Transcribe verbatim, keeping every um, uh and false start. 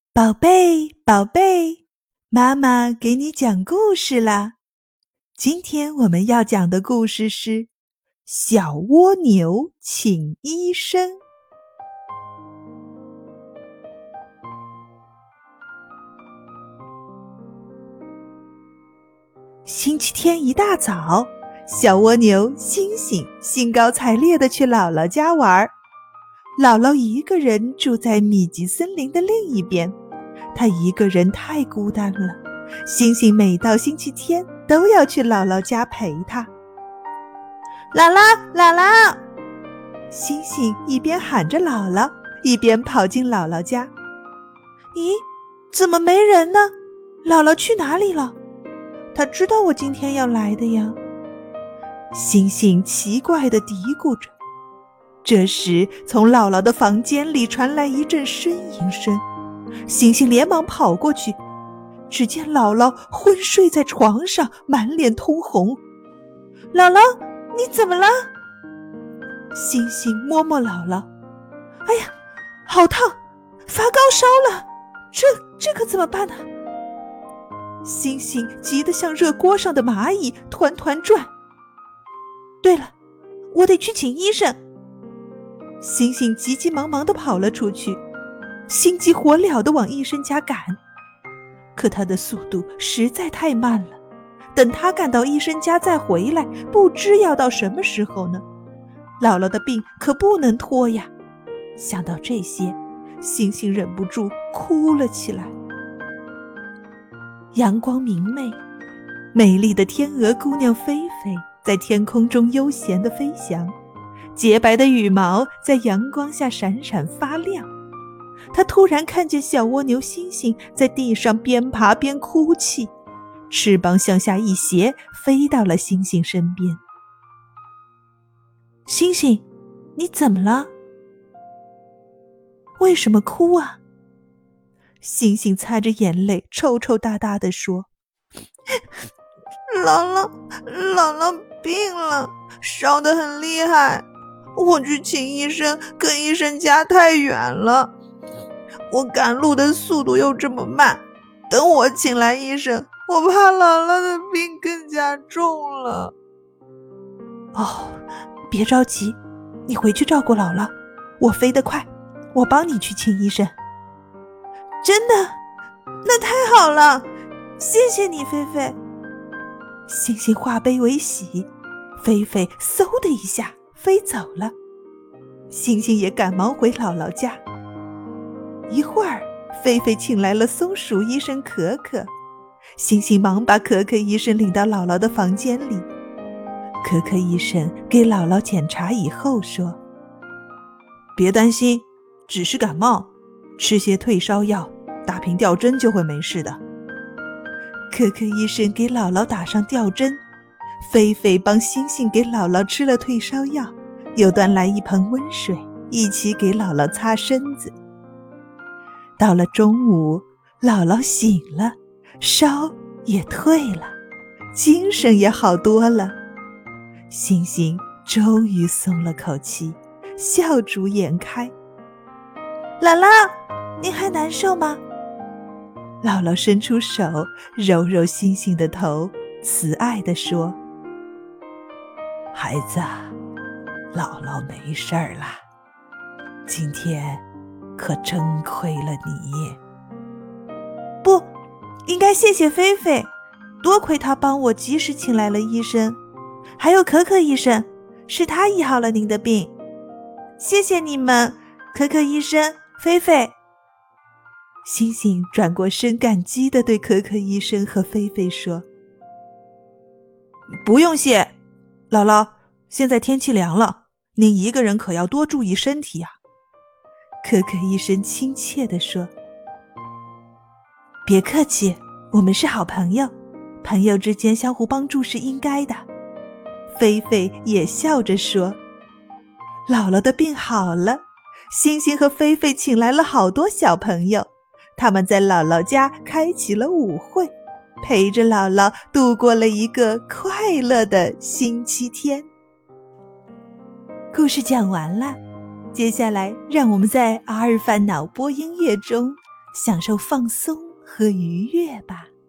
宝贝，宝贝，妈妈给你讲故事啦。今天我们要讲的故事是小蜗牛请医生。星期天一大早，小蜗牛星星兴高采烈地去姥姥家玩。姥姥一个人住在密集森林的另一边，她一个人太孤单了。星星每到星期天都要去姥姥家陪她。姥姥，姥姥！星星一边喊着姥姥，一边跑进姥姥家。咦，怎么没人呢？姥姥去哪里了？她知道我今天要来的呀。星星奇怪地嘀咕着。这时，从姥姥的房间里传来一阵呻吟声，星星连忙跑过去，只见姥姥昏睡在床上，满脸通红。姥姥，你怎么了？星星摸摸姥姥，哎呀，好烫，发高烧了，这这可怎么办呢？星星急得像热锅上的蚂蚁，团团转。对了，我得去请医生。星星急急忙忙地跑了出去，心急火燎地往医生家赶。可他的速度实在太慢了，等他赶到医生家再回来，不知要到什么时候呢。姥姥的病可不能拖呀。想到这些，星星忍不住哭了起来。阳光明媚，美丽的天鹅姑娘菲菲在天空中悠闲地飞翔，洁白的羽毛在阳光下闪闪发亮。他突然看见小蜗牛星星在地上边爬边哭泣，翅膀向下一斜，飞到了星星身边。星星，你怎么了？为什么哭啊？星星擦着眼泪，抽抽搭搭地说：姥姥，姥姥病了，烧得很厉害。我去请医生，可医生家太远了，我赶路的速度又这么慢，等我请来医生，我怕姥姥的病更加重了。哦，别着急，你回去照顾姥姥，我飞得快，我帮你去请医生。真的？那太好了，谢谢你，菲菲。星星化悲为喜，菲菲嗖的一下飞走了。星星也赶忙回姥姥家。一会儿，菲菲请来了松鼠医生可可，星星忙把可可医生领到姥姥的房间里。可可医生给姥姥检查以后说：别担心，只是感冒，吃些退烧药，打瓶吊针就会没事的。可可医生给姥姥打上吊针，菲菲帮星星给姥姥吃了退烧药，又端来一盆温水，一起给姥姥擦身子。到了中午，姥姥醒了，烧也退了，精神也好多了。星星终于松了口气，笑逐颜开。姥姥，您还难受吗？姥姥伸出手揉揉星星的头，慈爱地说：孩子，姥姥没事儿啦，今天可真亏了你。不，应该谢谢菲菲，多亏她帮我及时请来了医生，还有可可医生，是他医好了您的病。谢谢你们，可可医生，菲菲。星星转过身，感激地对可可医生和菲菲说：不用谢，姥姥，现在天气凉了，您一个人可要多注意身体呀。可可医生亲切地说：别客气，我们是好朋友，朋友之间相互帮助是应该的。菲菲也笑着说。姥姥的病好了，星星和菲菲请来了好多小朋友，他们在姥姥家开启了舞会，陪着姥姥度过了一个快乐的星期天。故事讲完了，接下来让我们在阿尔法脑波音乐中享受放松和愉悦吧。